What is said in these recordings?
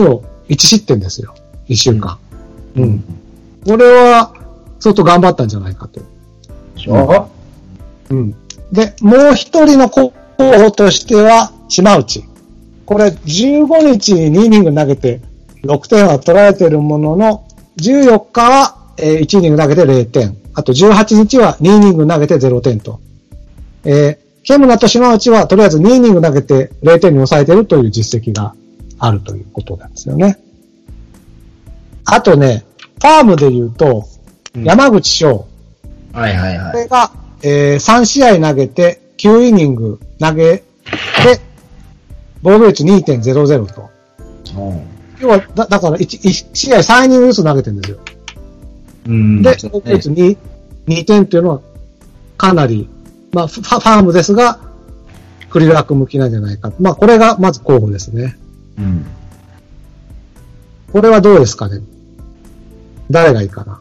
1失点ですよ。1週間。うん。これは、相当頑張ったんじゃないかと。 でしょ？ うん。で、もう一人の候補としては、島内。これ、15日に2イニング投げて、6点は取られているものの、14日は、1イニング投げて0点。あと18日は2イニング投げて0点と。ケムナと島内はとりあえず2イニング投げて0点に抑えているという実績があるということなんですよね。あとね、ファームで言うと、山口翔。 はいはいはい。 これが、3試合投げて9イニング投げて、防御率 2.00 と。要は、だから1試合3イニングずつ投げてるんですよ。で、防御率 2点っていうのはかなり、まあ、ファームですが、クリラック向きなんじゃないか。まあ、これがまず候補ですね。 うん。 これはどうですかね。誰がいいかな。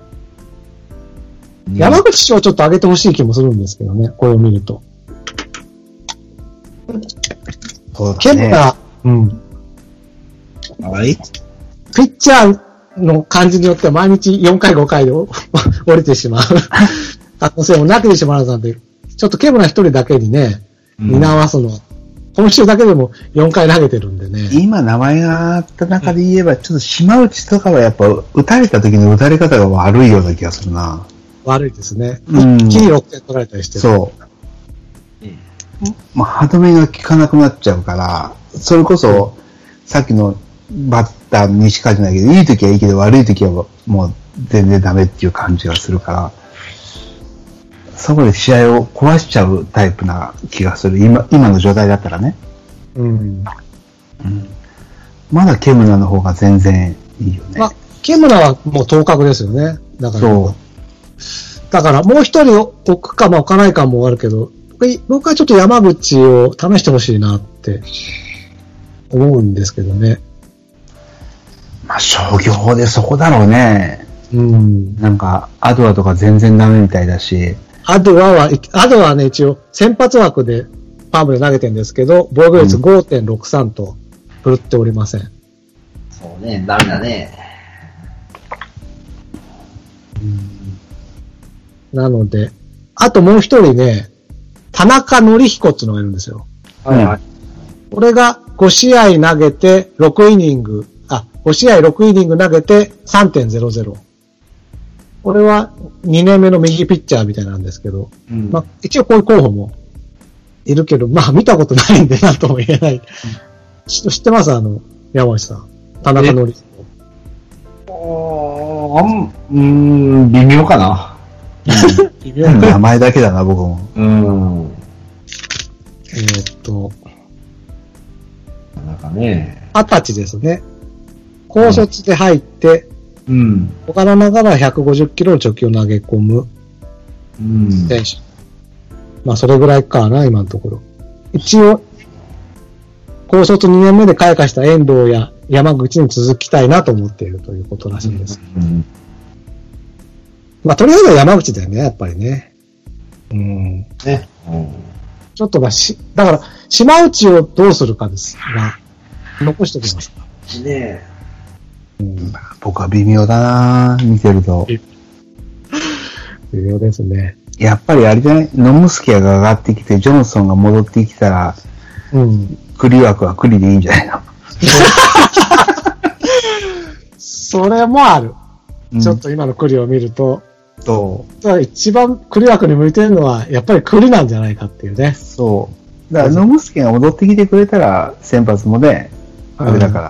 山口氏をちょっと上げてほしい気もするんですけどね、これを見ると。 そうだね。 ケムナ、うん。 はい。 ピッチャーの感じによっては毎日4回5回で降りてしまう可能性もなきにしもあらずなんで、ちょっとケムナ一人だけにね、担わすの、今週だけでも4回投げてるんでね。 今名前があった中で言えば、ちょっと島内とかはやっぱ打たれた時の打たれ方が悪いような気がするな。 悪いですね。一気に6点取られたりしてる。 そう。まあ、歯止めが効かなくなっちゃうから、それこそ、さっきのバッターの西川じゃないけど、いい時はいいけど悪い時はもう全然ダメっていう感じがするから、そこで試合を壊しちゃうタイプな気がする。今の状態だったらね。まだケムナの方が全然いいよね。 まあ、ケムナはもう当確ですよね。だから。そう。だからもう一人置くかも置かないかもあるけど、僕はちょっと山口を試してほしいなって思うんですけどね。 まあ、商業法でそこだろうね。なんか、アドアとか全然ダメみたいだし。 アドアはね、一応、先発枠でパームで投げてるんですけど、防御率 5.63 と振るっておりません。 そうね、ダメだね。 なので、あともう一人ね、田中則彦っていうのがいるんですよ。 はいはい。 これが5試合投げて6イニング、5試合6イニング投げて 3.00。これは2年目の右ピッチャーみたいなんですけど、まあ、一応こういう候補もいるけど、まあ見たことないんでなんとも言えない。知ってます山内さん。田中則彦。 微妙かな。 微妙な名前だけだな、僕も。 なんかね。 20歳ですね。高卒で入って、小柄ながら150キロの直球を投げ込む選手。まあそれぐらいかな、今のところ。一応、高卒2年目で開花した遠藤や山口に続きたいなと思っているということらしいです。まあとりあえずは山口だよね、やっぱりね。ちょっとまあだから、島内をどうするかですが、残しておきますか。 ね僕は微妙だな見てると。 微妙ですね。 やっぱりあれじゃない、ノムスキアが上がってきて、ジョンソンが戻ってきたら、栗枠は栗でいいんじゃないのそれもある。ちょっと今の栗を見ると、一番栗枠に向いてるのは、やっぱり栗なんじゃないかっていうね。 そう。だからノムスキアが戻ってきてくれたら、先発もね、あれだから。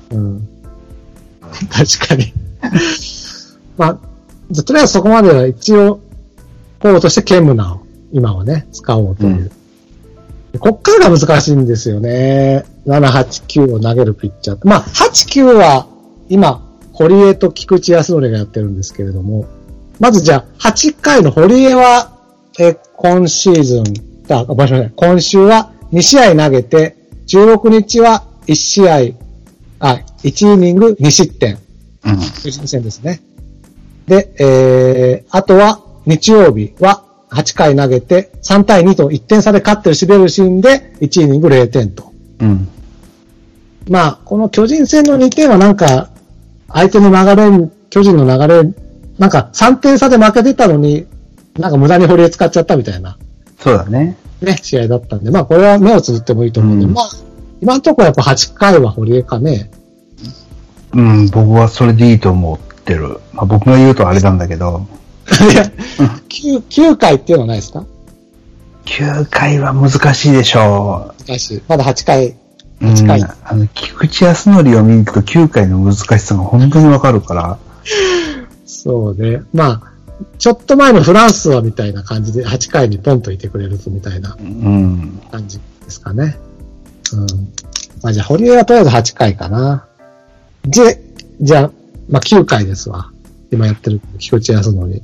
確かに。まあ、とりあえずそこまでは一応、候補としてケムナを、今はね、使おうという。こっからが難しいんですよね。7、8、9を投げるピッチャー。まあ、8、9は、今、堀江と菊池康則がやってるんですけれども、まずじゃあ、8回の堀江は、今シーズン、今週は2試合投げて、16日は1試合、1イニング2失点。巨人戦ですね。で、あとは日曜日は8回投げて3対2と1点差で勝ってるシベルシンで1イニング0点と。 まあ、この巨人戦の2点はなんか、相手の流れ、巨人の流れ、なんか3点差で負けてたのに、なんか無駄に堀江使っちゃったみたいな。 そうだね。 ね、試合だったんで、まあこれは目をつぶってもいいと思うんで、まあ、今のところやっぱ8回は堀江かね。 うん、僕はそれでいいと思ってる。まあ僕が言うとあれなんだけど。 いや、9回っていうのはないですか？ 9回は難しいでしょう。 難しい。まだ8回。 8回。菊池康則を見ると9回の難しさが本当にわかるから。 そうね。まあ、ちょっと前のフランスはみたいな感じで8回にポンといてくれるとみたいな感じですかね。うん。まあじゃあ堀江はとりあえず8回かな。じゃあ、まあ9回ですわ。今やってる菊池康則。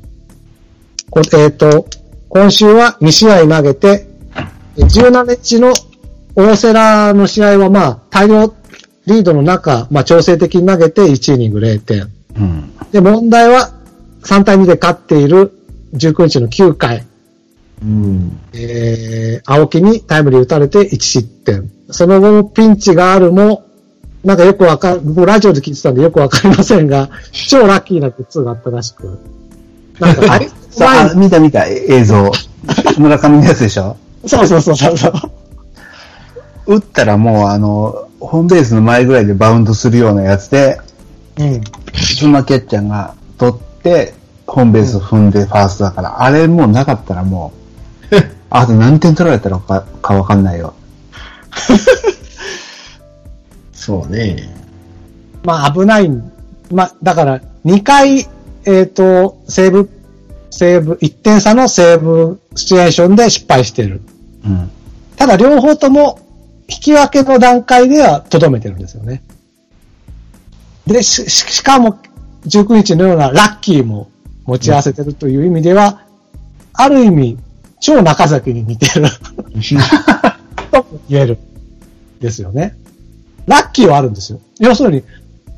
今週は2試合投げて、17日の大瀬良の試合はまあ大量リードの中、まあ調整的に投げて1イニング0点。 うん、 で、問題は3対2で勝っている19日の9回。 うん、 青木にタイムリー打たれて1失点。その後もピンチがあるも、なんかよく僕ラジオで聞いてたんでよくわかりませんが、超ラッキーなグッズがあったらしく。なんか見た映像。村上のやつでしょ？ そう。 打ったらもうホームベースの前ぐらいでバウンドするようなやつで、そんなキャッチャーが取って、ホームベースを踏んでファーストだから、あれもうなかったらもう、あと何点取られたのかわかんないよ。 そうね。 まあ危ない。まあ、だから2回、西武、1点差の西武シチュエーションで失敗してる。 うん。 ただ両方とも引き分けの段階では留めてるんですよね。で、しかも19日のようなラッキーも持ち合わせてるという意味では、ある意味超中崎に似てると言えるですよね。ラッキーはあるんですよ。要するに、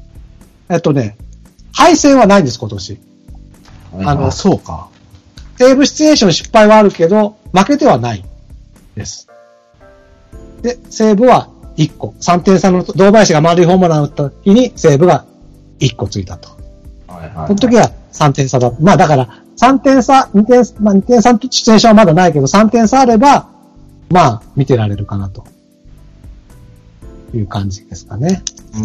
敗戦はないんです、今年。 そうか。 セーブシチュエーション失敗はあるけど、負けてはないです。で、西武は1個。3点差の堂林が満塁ホームラン打った日に西武が1個ついたと。この時は3点差だ。まあだから、3点差、2点差のシチュエーションはまだないけど、3点差あれば、まあ、見てられるかなと。いう感じですかね。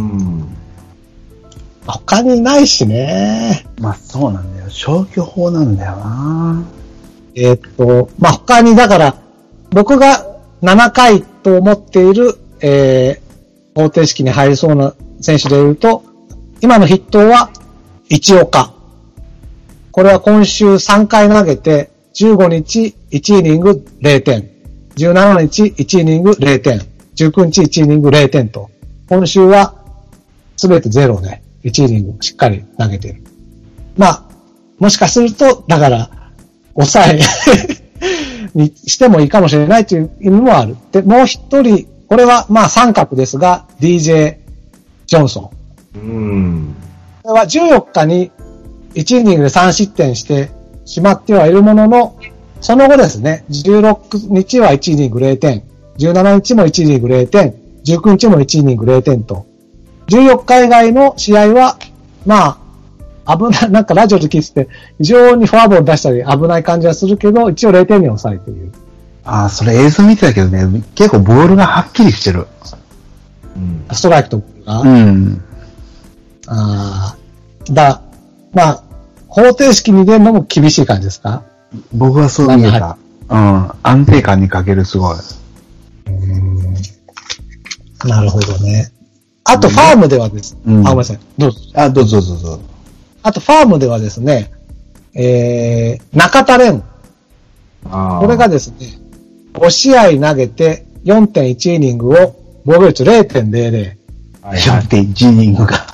他にいないしね。 まあそうなんだよ。消去法なんだよな。 まあ他にだから、僕が7回と思っている、方程式に入りそうな選手で言うと、今の筆頭は、一岡。これは今週3回投げて、15日1イニング0点。17日1イニング0点。19日1イニング0点と。今週は、すべてゼロで、1イニングしっかり投げている。まあ、もしかすると、だから、抑えにしてもいいかもしれないという意味もある。で、もう一人、これはまあ三角ですが、DJ ジョンソン。これは14日に1イニングで3失点してしまってはいるものの、その後ですね、16日は1イニング0点、17日も1イニング0点、19日も1イニング0点と、14日以外の試合は、まあ、危ない、なんかラジオで聞いてて、非常にフォアボール出したり危ない感じはするけど、一応0点に抑えている。 ああ、それ映像見てたけどね、結構ボールがはっきりしてる。 ストライクとボールが。まあ、方程式に入れるのも厳しい感じですか？ 僕はそう見えた。安定感に欠けるすごい。 なるほどね。あとファームではです。ごめんなさい。どうぞ。 どうぞ。 あとファームではですね、中田蓮。これがですね、5試合投げて 4.1 イニングを防御率 0.00。 4.1 イニングが。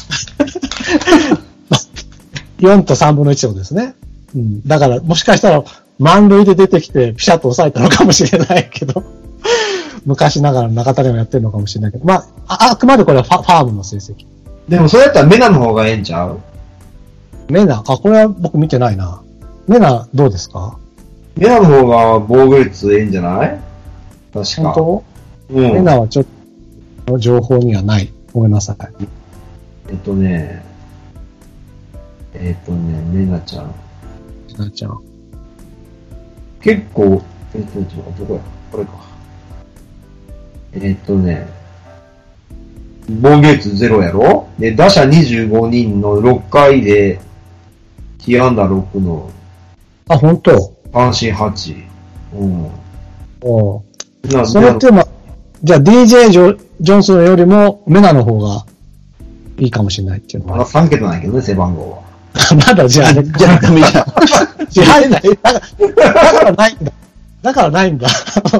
4と3分の1をですね。だからもしかしたら満塁で出てきてピシャッと抑えたのかもしれないけど、昔ながらの中田蓮もやってるのかもしれないけど、まあ、あくまでこれはファームの成績。 でもそれやったらメナの方がええんちゃう？ メナ、これは僕見てないな。メナどうですか？ メナの方が防御率ええんじゃない？確か。 本当？メナはちょっと、 の情報にはない。ごめんなさい。 メナちゃん。 メナちゃん。 結構、どこやこれか。防御率0やろで、打者25人の6回で、被安打6の、 あ、本当。 三振8。うん。 おそれって、じゃあ DJ ジョンソンよりもメナの方がいいかもしれないっていうのは。 まだ3桁ないけどね、背番号は。 まだじゃあ、じゃあダメじゃん。支配ない。だからないんだ。だからないんだ。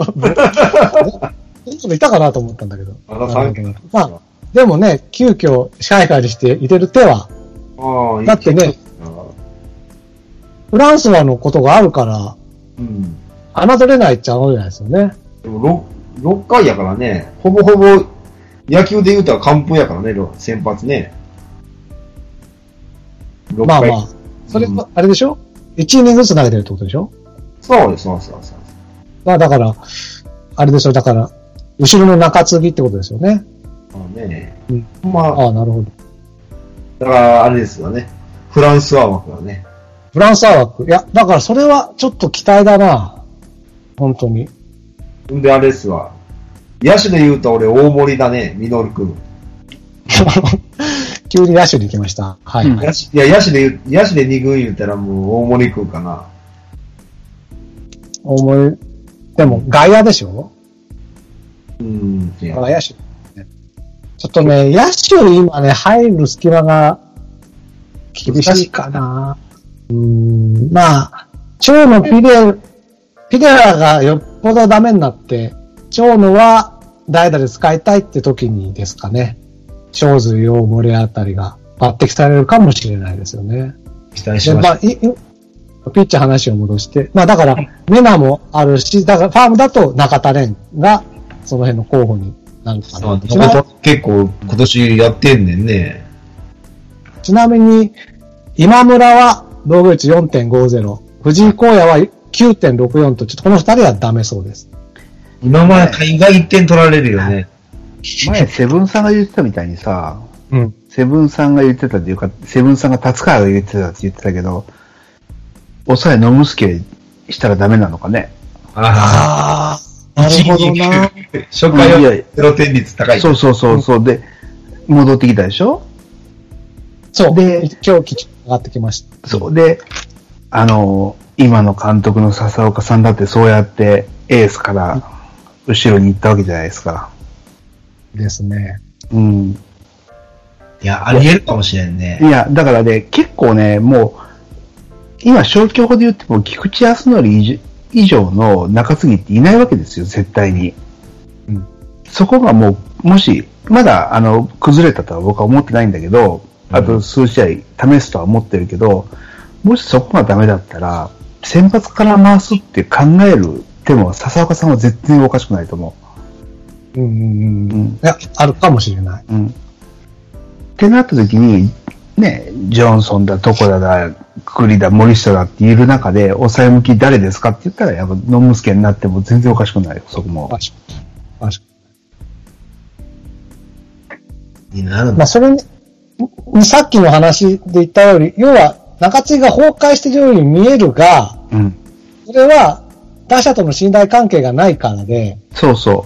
いたかなと思ったんだけど。 まだ3桁。 まあ、でもね、急遽支配下にして入れる手は。だってね、フランスはのことがあるから、 うん。 侮れないっちゃ侮れないですよね。 でも6回やからね、ほぼほぼ野球で言うとは完封やからね、先発ね。 まあまあ、それは、あれでしょ ?1 イニングずつ投げてるってことでしょそうです、そうです、そうです。 まあだから、あれでしょ、だから、後ろの中継ぎってことですよね。 ああね。 うん。 まあ。 ああ、なるほど。 だから、あれですよね。フランスは枠だね。 フランスは枠。いや、だからそれはちょっと期待だな。本当に。 んで、あれですわ。野手で言うと俺大盛りだね、ミノル君。 急に野手に行きました。はい、はい。 いや、野手で2軍言ったらもう大盛り君かな。 大盛り。でも外野でしょいや。 野手。ちょっとね、野手今ね、入る隙間が厳しいかな。まあ、長野ピデラがよっぽどダメになって、長野は代打で使いたいって時にですかね。長水大森あたりが抜擢されるかもしれないですよね。 期待しましょう。 ピッチャー話を戻して。まあだから、メナもあるし、だからファームだと中田蓮がその辺の候補になるかな。 結構今年やってんねんね。 ちなみに、今村は防御率 4.50、藤井荒野は 9.64 と、ちょっとこの二人はダメそうです。 今まで海外1点取られるよね。 前、セブンさんが言ってたみたいにさ、 うん。 セブンさんが言ってたっていうか、セブンさんが達川が言ってたって言ってたけど、抑えノムスケしたらダメなのかね。 ああ、なるほどな。 初回は0点率高い。 そう。で、戻ってきたでしょそう。で、今日上がってきました。 そう。で、今の監督の笹岡さんだってそうやってエースから後ろに行ったわけじゃないですか。 ですね。 うん。 いや、あり得るかもしれんね。 いや、だからね、結構ね、もう、今消去法で言っても菊池康則以上の中継ぎっていないわけですよ、絶対に。 うん。 そこがもう、もし、まだ、崩れたとは僕は思ってないんだけど、あと数試合試すとは思ってるけど、もしそこがダメだったら、先発から回すって考える手も、笹岡さんは絶対におかしくないと思う。 うん。いや、あるかもしれない。 うん。ってなった時に、ね、ジョンソンだ、床田だ、栗だ、森下だっている中で、抑え向き誰ですかって言ったら、やっぱノムスケになっても全然おかしくないよ、そこも。 確かに。なるまあ、それに、さっきの話で言ったより、要は、中継ぎが崩壊しているように見えるが、 うん。 それは、打者との信頼関係がないからで、 そうそう。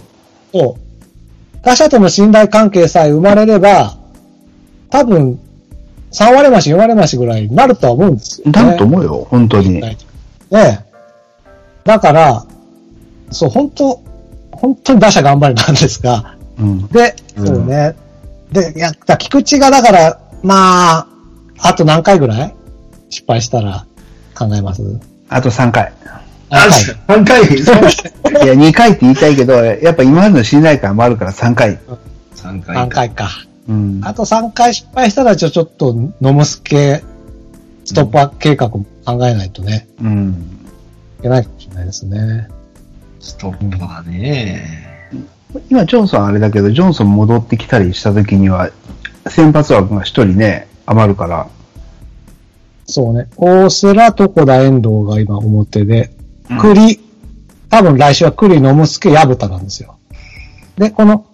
打者との信頼関係さえ生まれれば、多分、3割増し、4割増しぐらいになるとは思うんですよ、ね。 なると思うよ、本当に。 ねえ。だから、そう、本当に打者頑張りなんですが、 うん。 で、そうね。で、菊池がだから、まあ、あと何回ぐらい失敗したら考えます？ あと3回。 3回いや、2回って言いたいけど、やっぱ今までの信頼感もあるから3回。 3回か。 うん。 あと3回失敗したら、ちょっと、ノムスケ、ストップアップ計画も考えないとね。 うん。 いけないかもしれないですね。 ストップはね。 今、ジョンソンあれだけど、ジョンソン戻ってきたりした時には、先発枠が1人ね、余るから。 そうね。大瀬良、床田、遠藤が今表で、多分来週は栗、ノムスケ、矢蓋なんですよ。で、この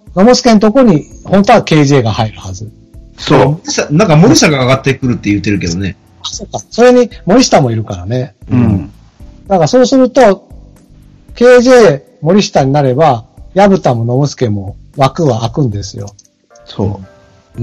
野茂助のとこに、本当は KJ が入るはず。 そう。なんか森下が上がってくるって言ってるけどね。 あ、そうか。それに森下もいるからね。 うん。 だからそうすると、KJ 森下になれば、薮田も野茂助も枠は空くんですよ。 そう。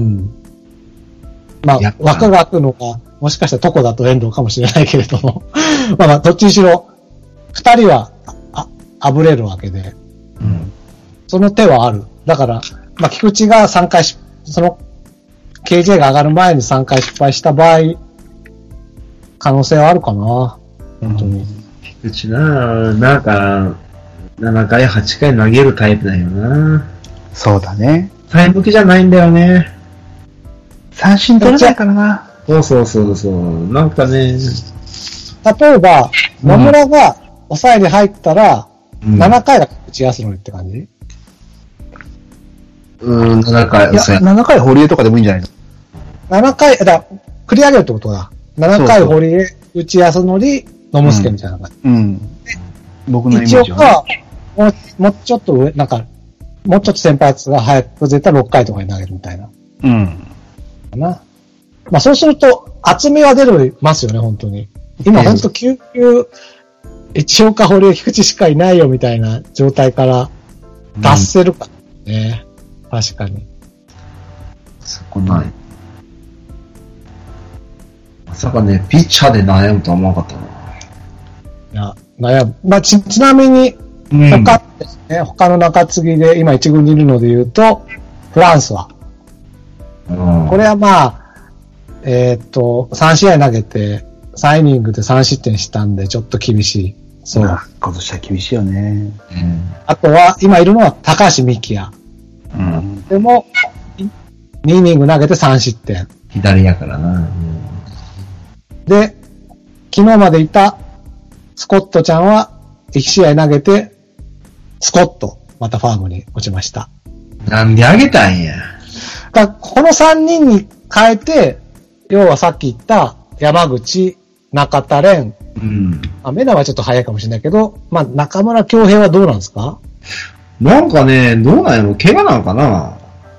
うん。まあ、枠が空くのか、もしかしたら床だと遠藤かもしれないけれども。まあ、どっちにしろ、二人は、あぶれるわけで。 うん。 その手はある。だから、まあ、菊池が3回その、KJ が上がる前に3回失敗した場合、可能性はあるかな。本当に。 菊池なんか、7回、8回投げるタイプだよな。 そうだね。 前向きじゃないんだよね。 三振取れないからな。 そう。なんかね。 例えば、野村が抑えに入ったら、7回が菊池康則って感じ 7回抑え。 7回堀江とかでもいいんじゃないの ?7 回、繰り上げるってことだ。7回堀江、内康則、野茂助みたいな感じ。 うん。僕のイメージは、もうちょっと上、なんか、もうちょっと先発が早く絶対6回とかに投げるみたいな。 うん。 かな。まあそうすると、厚みは出ますよね、本当に。今本当9球、一岡堀江菊池しかいないよみたいな状態から出せるかね。確かに。 そこない。まさかね、ピッチャーで悩むとは思わなかったな。 いや、悩む。まあちなみに、他ですね、他の中継ぎで今一軍にいるので言うと、フランスは。これはまあ、3試合投げて、3イニングで3失点したんで、ちょっと厳しい。そう。 今年は厳しいよね。 あとは、今いるのは高橋美希也。でも、2イニング投げて3失点。 左やからな。 で、昨日までいたスコットちゃんは、1試合投げて、スコット、またファームに落ちました。 なんであげたんや。 この3人に変えて、要はさっき言った山口、中田蓮、メナはちょっと早いかもしれないけど、まあ中村恭平はどうなんですか？ なんかね、どうなんやろ？怪我なのかな？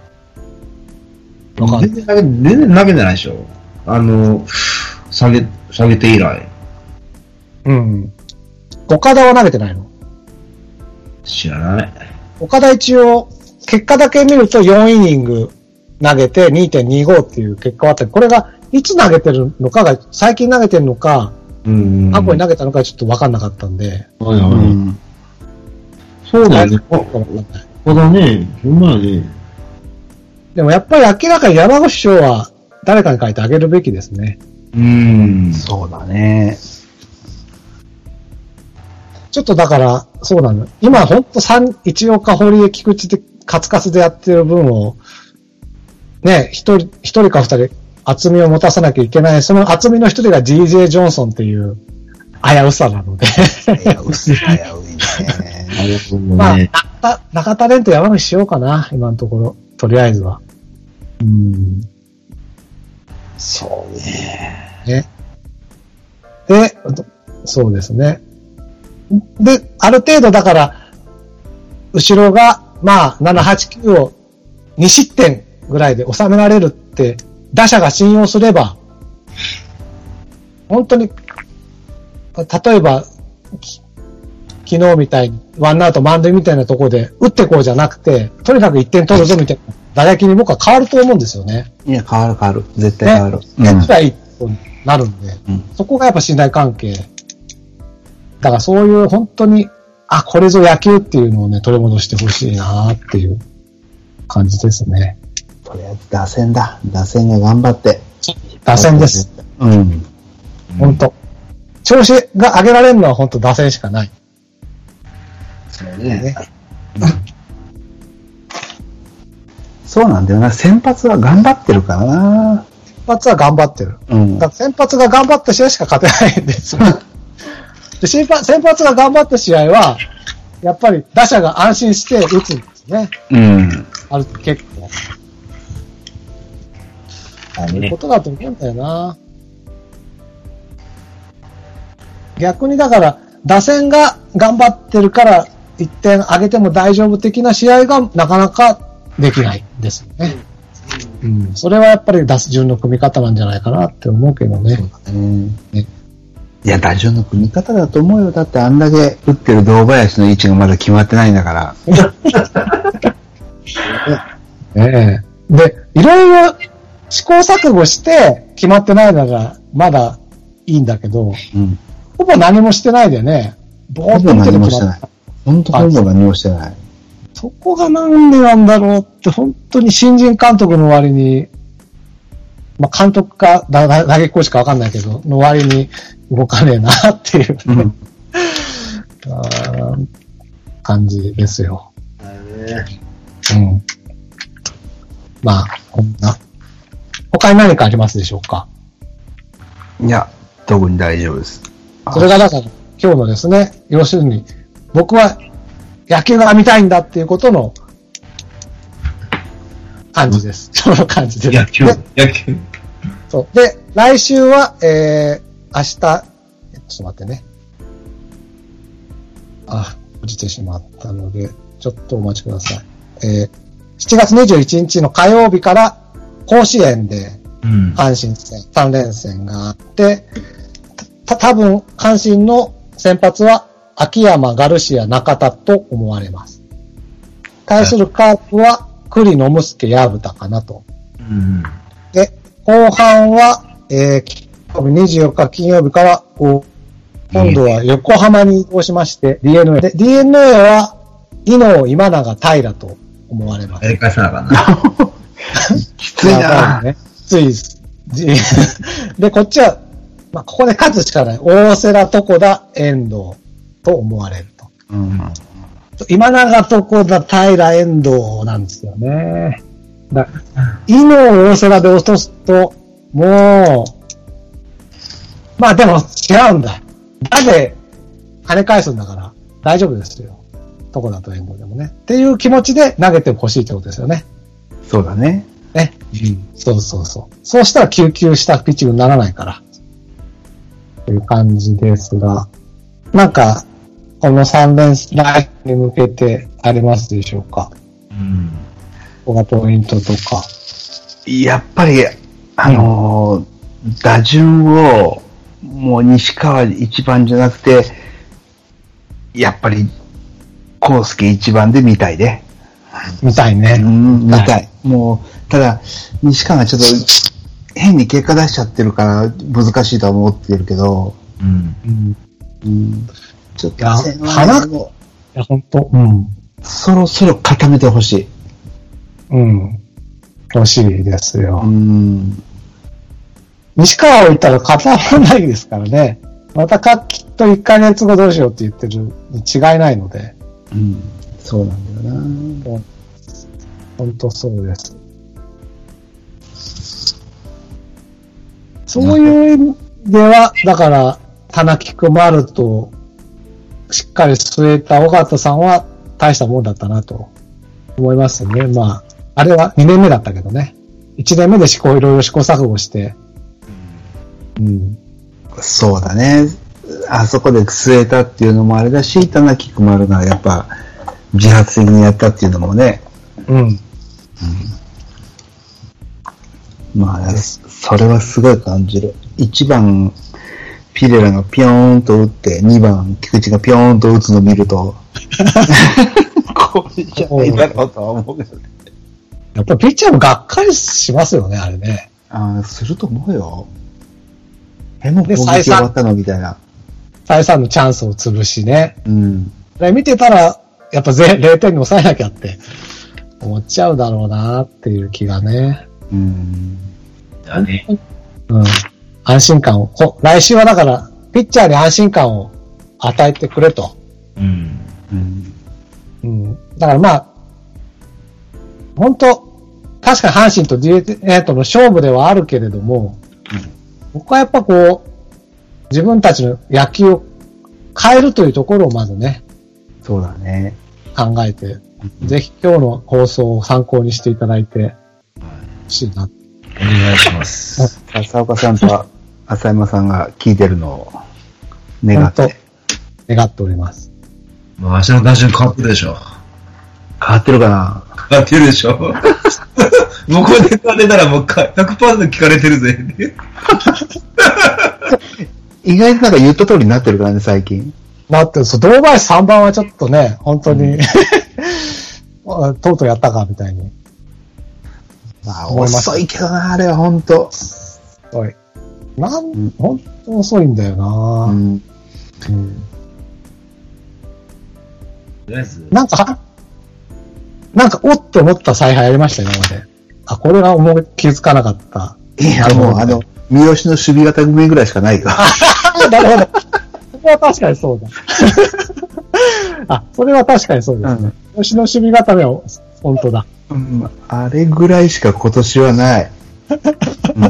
全然投げてないでしょ。下げて以来。 うん。岡田は投げてないの？ 知らない。 岡田一応、結果だけ見ると4イニング投げて 2.25 っていう結果はあったり、これがいつ投げてるのかが、最近投げてるのか、過去に投げたのかちょっと分かんなかったんで。 そうだよね。そうだね。ほんまやね。 でもやっぱり明らかに山口翔は誰かに書いてあげるべきですね。 そうだね。 ちょっとだから、そうなの。今ほんと一岡堀江菊池でカツカツでやってる分を、ね、一人か二人厚みを持たさなきゃいけない。その厚みの一人が GJ ジョンソンっていう危うさなので。 危ういね。 まあ、中田蓮と山口しようかな、今のところ。とりあえずは。 そうね。 で、そうですね。で、ある程度だから、後ろが、まあ、7、8、9を2失点ぐらいで収められるって、打者が信用すれば、本当に、例えば、昨日みたいに、ワンアウト満塁みたいなところで、打ってこうじゃなくて、とにかく1点取るぞみたいな、打撃に僕は変わると思うんですよね。 いや、変わる。絶対変わる。 絶対となるんで、そこがやっぱ信頼関係。だからそういう本当に、これぞ野球っていうのをね、取り戻してほしいなっていう感じですね。 とりあえず打線だ。打線が頑張って。 打線です。本当。調子が上げられるのは本当打線しかない。 そうね。 そうなんだよな。先発は頑張ってるからな。 先発は頑張ってる。だから先発が頑張った試合しか勝てないんですよ。で先発が頑張った試合は、やっぱり打者が安心して打つんですね。結構。そういうことだと思うんだよな。逆にだから、打線が頑張ってるから1点上げても大丈夫的な試合がなかなかできないんですよね。うん。それはやっぱり打順の組み方なんじゃないかなって思うけどね。そうだね。 いや、打順の組み方だと思うよ。だってあんだけ打ってる堂林の位置がまだ決まってないんだから。 で、いろいろ試行錯誤して決まってないのがまだいいんだけど、ほぼ何もしてないでね。 ほぼ何もしてない。本当ほぼ何もしてない。 そこがなんでなんだろうって、本当に新人監督の割に、まあ、監督か打撃コーチかわかんないけど、の割に動かねえなっていう、ね感じですよ。まあ、こんな。他に何かありますでしょうか？ いや、特に大丈夫です。 それがだから、今日のですね、要するに、僕は野球が見たいんだっていうことの感じです。今日の感じです。 野球。 そう。で、来週は、明日、ちょっと待ってね。落ちてしまったので、ちょっとお待ちください。7月21日の火曜日から甲子園で阪神戦、3連戦があって、多分阪神の先発は秋山、ガルシア、中田と思われます。対するカープは栗野ムスケ、矢蓋かなと。で、後半は、24日金曜日から今度は横浜に移動しまして、DNA で、DNA は伊能、今永、平と思われます。 やり返さなあかんな。 きついなね。きついです。で、こっちは、まあ、ここで勝つしかない。大瀬良、床田、遠藤と思われると。今永、床田、平、遠藤なんですよね。伊能、大瀬良で落とすと、もう、まあでも違うんだ。なぜ跳ね返すんだから大丈夫ですよ。床田と遠藤でもね。っていう気持ちで投げてほしいってことですよね。 そうだね。 ね。そうそうそう。そうしたら救急したピッチングにならないから。という感じですが、なんか、この3連戦に向けてありますでしょうか？ここがポイントとか。 やっぱり、打順を、もう西川1番じゃなくて、やっぱり、康介1番で見たいね。 見たいね。 見たい。もう、ただ、西川がちょっと、変に結果出しちゃってるから難しいとは思ってるけど、ちょっと、 いや、ほんと、 そろそろ固めてほしい。 欲しいですよ。西川を言ったら固まらないですからね。またきっと1ヶ月後どうしようって言ってるに違いないので。 そうなんだよな。 本当そうです。そういう意味では、だから、花菊丸としっかり据えた尾形さんは大したもんだったなと思いますね。まあ、あれは2年目だったけどね。1年目でいろいろ試行錯誤して、 そうだね。あそこで据えたっていうのもあれだし、棚木くまるがやっぱ自発的にやったっていうのもね。まあ、それはすごい感じる。1番、ピレラがピョーンと打って、2番、菊池がピョーンと打つのを見ると、これじゃないだろうとは思うけどね。 やっぱりピッチャーもがっかりしますよね、あれね。 すると思うよ。もう攻撃終わったのみたいな。 再三のチャンスを潰しね。見てたら、やっぱ0点に抑えなきゃって思っちゃうだろうなっていう気がね。 だね。 安心感を、来週はだから、ピッチャーに安心感を与えてくれと。だからまあ、本当確かに阪神と DNA との勝負ではあるけれども、僕はやっぱ自分たちの野球を変えるというところをまずね、 そうだね。 考えて、ぜひ今日の放送を参考にしていただいてほしいな。 お願いします。 浅岡さんと浅山さんが聞いてるのを願っております。 もう明日の打順変わってるでしょ。 変変わってるかな。 変わってるでしょ向こうで聞かれたらもう 100% 聞かれてるぜ。 意外となんか言った通りになってるからね、最近。 だって、堂林3番はちょっとね、本当に、とうとうやったか、みたいに。 まあ、遅いけどな、あれは本当。 遅い。本当遅いんだよな、うんうん、なんか、おって思った采配ありました、今まで。あ、これは気づかなかった。 いや、もう、三好の守備型組ぐらいしかないか。 なるほど。それは確かにそうだ。あ、それは確かにそうですね。三好の守備型は、本当だ。 うん、あれぐらいしか今年はない。うん、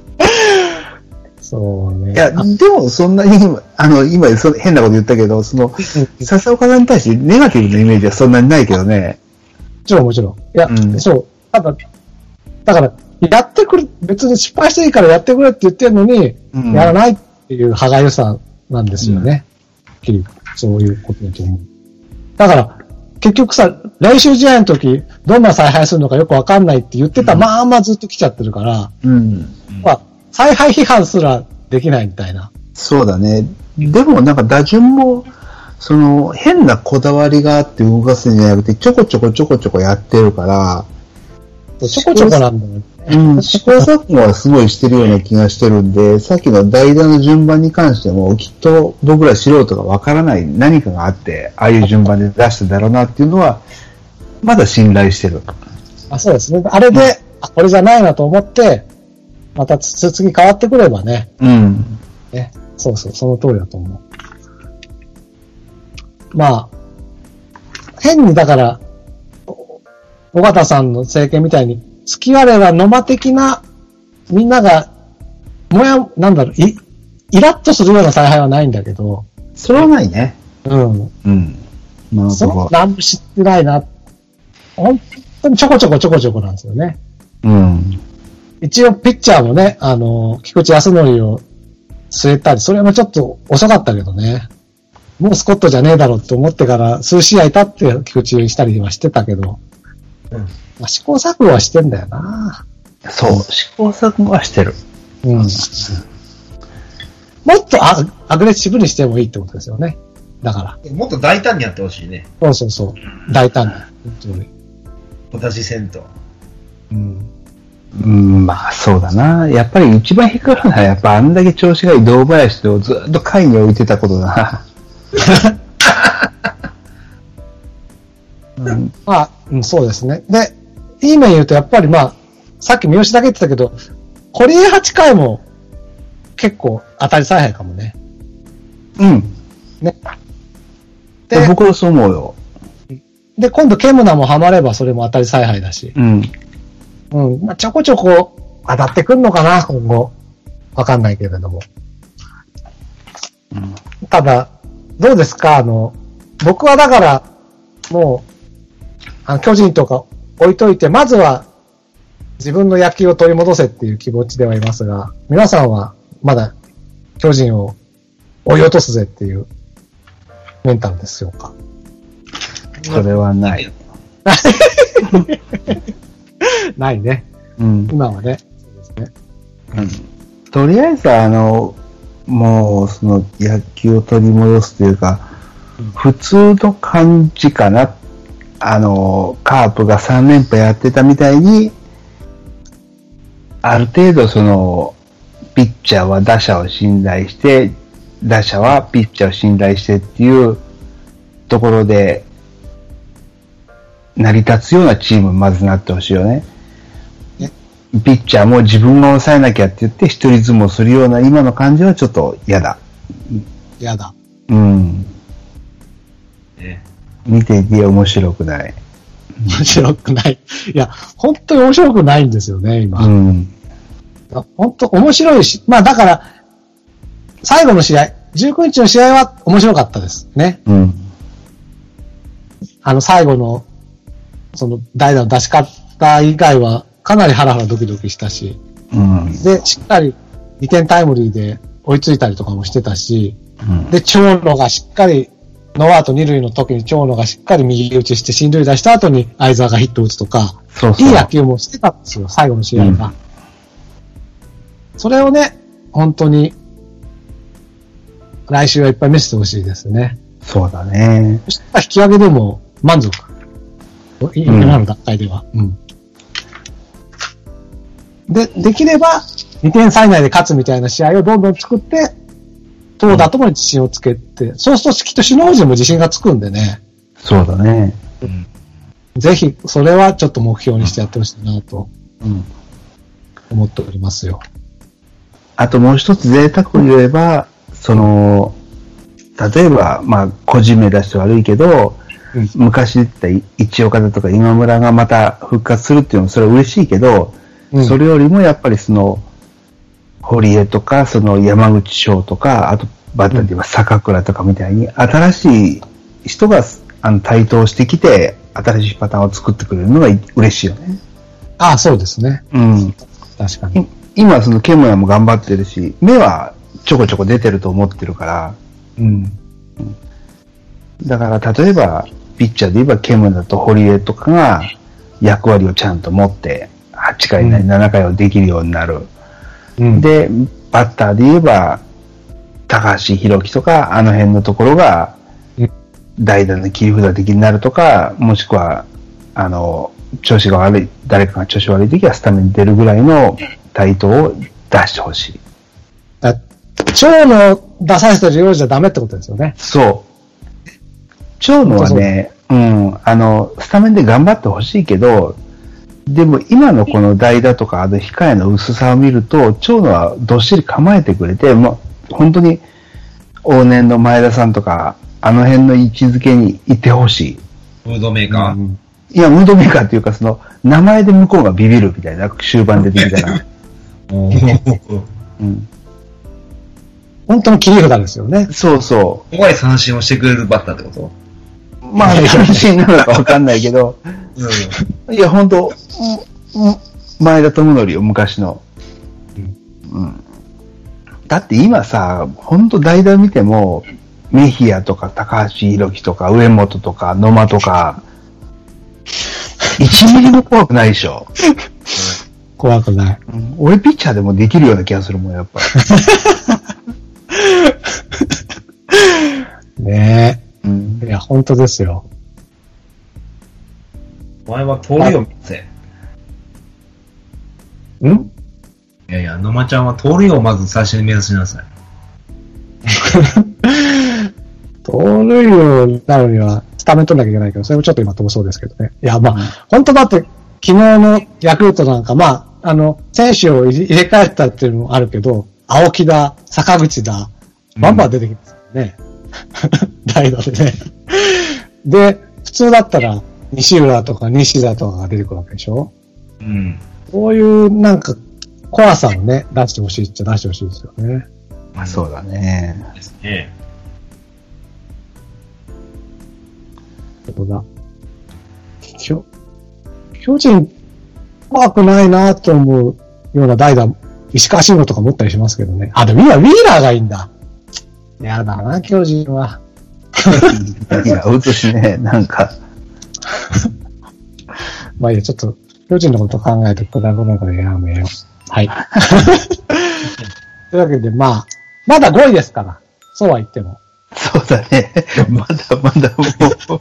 そうね。 いや、でもそんなに、今変なこと言ったけど、笹岡さんに対してネガティブなイメージはそんなにないけどね。 もちろん。いや、そう。だから、やってくれ、別に失敗していいからやってくれって言ってるのに、やらないっていう歯がゆさなんですよね。そういうことだと思う。だから、結局さ、練習試合の時、どんな采配するのかよくわかんないって言ってたまあまあずっと来ちゃってるから、まあ、采配批判すらできないみたいな。 そうだね。でもなんか打順も、変なこだわりがあって動かすんじゃなくて、ちょこちょこやってるから、 ちょこちょこなんだよね。 試行錯誤はすごいしてるような気がしてるんで、さっきの代打の順番に関しても、きっと僕ら素人がわからない何かがあって、ああいう順番で出しただろうなっていうのは、まだ信頼してる。 あ、そうですね。あれで、これじゃないなと思って、また次変わってくればね。ね。そう、その通りだと思う。まあ、変にだから、尾形さんの政権みたいに、月割れが野間的な、みんなが、イラッとするような采配はないんだけど。 それはないね。 うん。何も知ってないな。本当にちょこちょこなんですよね。一応、ピッチャーもね、菊池康則を据えたり、それもちょっと遅かったけどね。もうスコットじゃねえだろうって思ってから数試合経って菊池したりはしてたけど。まあ、試行錯誤はしてんだよな。 そう、試行錯誤はしてる。 もっとアグレッシブにしてもいいってことですよね。だから。 もっと大胆にやってほしいね。 そう。大胆に。 私せんと。 まあそうだな。やっぱり一番引っかかるのは、やっぱあんだけ調子がいい堂林をずっと下位に置いてたことだな。 まあ、そうですね。で、いい面言うと、やっぱりまあ、さっき三好だけ言ってたけど、堀江8回も結構当たり采配かもね。ね。 で、僕はそう思うよ。 で、今度ケムナもハマればそれも当たり采配だし。まあ、ちょこちょこ当たってくんのかな、今後。わかんないけれども。ただ、どうですか僕はだから、もう、巨人とか置いといて、まずは自分の野球を取り戻せっていう気持ちではいますが、皆さんはまだ巨人を追い落とすぜっていうメンタルでしょうか？ それはない。 ないね。今はね。そうですね。 とりあえずもうその野球を取り戻すというか、普通の感じかな。カープが3連覇やってたみたいに、ある程度ピッチャーは打者を信頼して、打者はピッチャーを信頼してっていうところで、成り立つようなチームにまずなってほしいよね。ピッチャーも自分が抑えなきゃって言って一人相撲するような今の感じはちょっと嫌だ。 嫌だ。 見ていて面白くない。 面白くない。いや、本当に面白くないんですよね、今。本当面白いし、まあだから、最後の試合、19日の試合は面白かったですね。最後の、代打の出し方以外は、かなりハラハラドキドキしたし、で、しっかり2点タイムリーで追いついたりとかもしてたし、で、長野がしっかりノーアウト2塁の時に長野がしっかり右打ちして進塁出した後に相澤がヒット打つとか、 そうそう。 いい野球もしてたんですよ、最後の試合が。それをね、本当に、来週はいっぱい見せてほしいですね。 そうだね。 そしたら引き分けでも満足。今の段階では。で、できれば、2点差以内で勝つみたいな試合をどんどん作って、投打ともに自信をつけて、そうするときっと首脳陣も自信がつくんでね。 そうだね。 ぜひ、それはちょっと目標にしてやってほしいなと、思っておりますよ。 あともう一つ贅沢を言えば、例えば、まあ、個人名出して悪いけど、昔言った一岡田とか今村がまた復活するっていうのもそれは嬉しいけど、それよりもやっぱり堀江とか、山口翔とか、あとバッターで言えば坂倉とかみたいに、新しい人が台頭してきて、新しいパターンを作ってくれるのが嬉しいよね。 ああ、そうですね。確かに。 今、ケムヤも頑張ってるし、目はちょこちょこ出てると思ってるから、だから、例えば、ピッチャーで言えばケムヤと堀江とかが役割をちゃんと持って、8回なり7回をできるようになる。で、バッターで言えば、高橋宏樹とか、あの辺のところが、代打の切り札的になるとか、もしくは、調子が悪い、誰かが調子悪い時はスタメンに出るぐらいの台頭を出してほしい。 長野出させてるようじゃダメってことですよね。 そう。長野はね、スタメンで頑張ってほしいけど、でも今のこの代打とか控えの薄さを見ると、長野はどっしり構えてくれて、本当に往年の前田さんとか、あの辺の位置づけにいてほしい。 ムードメーカー、 いや、ムードメーカーっていうか、名前で向こうがビビるみたいな、終盤で出てきたら。 本当の切り札ですよね。 そうそう。 怖い三振をしてくれるバッターってこと？ まあ、三振なのかわかんないけど、いや、本当前田智則よ、昔の。だって今さ、本当代打見ても、メヒアとか高橋宏樹とか上本とか野間とか、1ミリも怖くないでしょ。 怖くない。 俺ピッチャーでもできるような気がするもん、やっぱり。 ねえ。いや、本当ですよ。 お前は通りを見せ。いやいや、野間ちゃんは通りをまず最初に目指しなさい。 盗塁王になるには、スタメン取んなきゃいけないけど、それもちょっと今遠そうですけどね。いや、まあ、本当だって、昨日のヤクルトなんか、まあ、選手を入れ替えたっていうのもあるけど、青木だ、坂口だ、バンバン出てきますよね。代打でね。で、普通だったら、西浦とか西田とかが出てくるわけでしょ？こういうなんか、怖さをね、出してほしいっちゃ出してほしいですよね。 まあそうだね。 ですね。 そうだ。巨人、怖くないなと思うような代打、石川慎吾とか持ったりしますけどね。あ、でも今、ウィーラーがいいんだ。やだな、巨人は。 いや、打つしね、なんか。 まあいいや、ちょっと、巨人のこと考えてくだらないからやめよう。はい。というわけで、まあ、まだ5位ですから。そうは言っても。 そうだね。まだまだもう。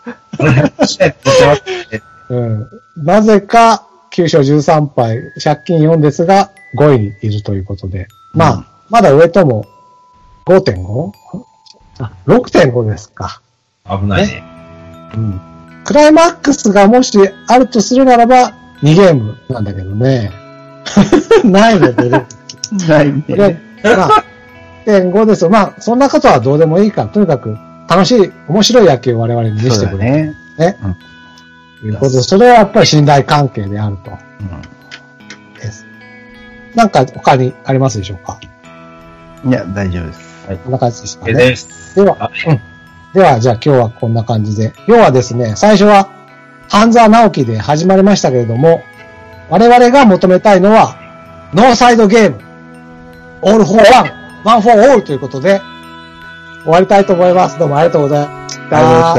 なぜか、9勝13敗、借金4ですが、5位にいるということで。まあ、まだ上とも 5.5？ あ、6.5 ですか。 危ないね。 クライマックスがもしあるとするならば、2ゲームなんだけどね。ないのでね。 ないね。 まあ、1.5 ですよ。まあ、そんなことはどうでもいいから、とにかく楽しい、面白い野球を我々に見せてくれる。ね。ということで、それはやっぱり信頼関係であると。です。なんか他にありますでしょうか？ いや、大丈夫です。 はい。こんな感じですかね。 です。 では、では、じゃあ今日はこんな感じで。要はですね、最初は、半沢直樹で始まりましたけれども、我々が求めたいのは、ノーサイドゲーム、オールフォーワン、ワンフォーオールということで、終わりたいと思います。どうもありがとうございました。 た。 ありがとうございました。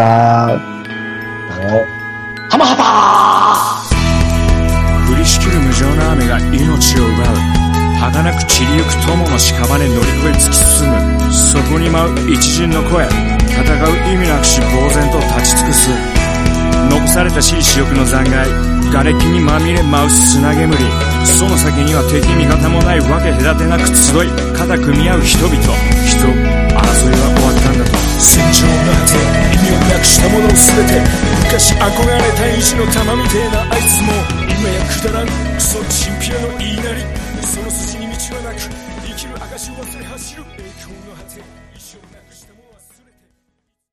浜畑降りしきる無情な雨が命を奪う。儚く散りゆく友の屍乗り越え突き進む。そこに舞う一陣の声、戦う意味なくし呆然と立ち尽くす。残されたしい死翼の残骸、瓦礫にまみれ舞う砂煙。その先には敵味方もないわけ隔てなく集い、肩組み合う人々。争いは終わったんだと。戦場の果て、意味をなくしたものを全て、昔憧れた意地の玉みてえなあいつも今やくだらんクソチンピラの言いなり。その筋に道はなく、生きる証を忘れ走る栄光の果て、一生な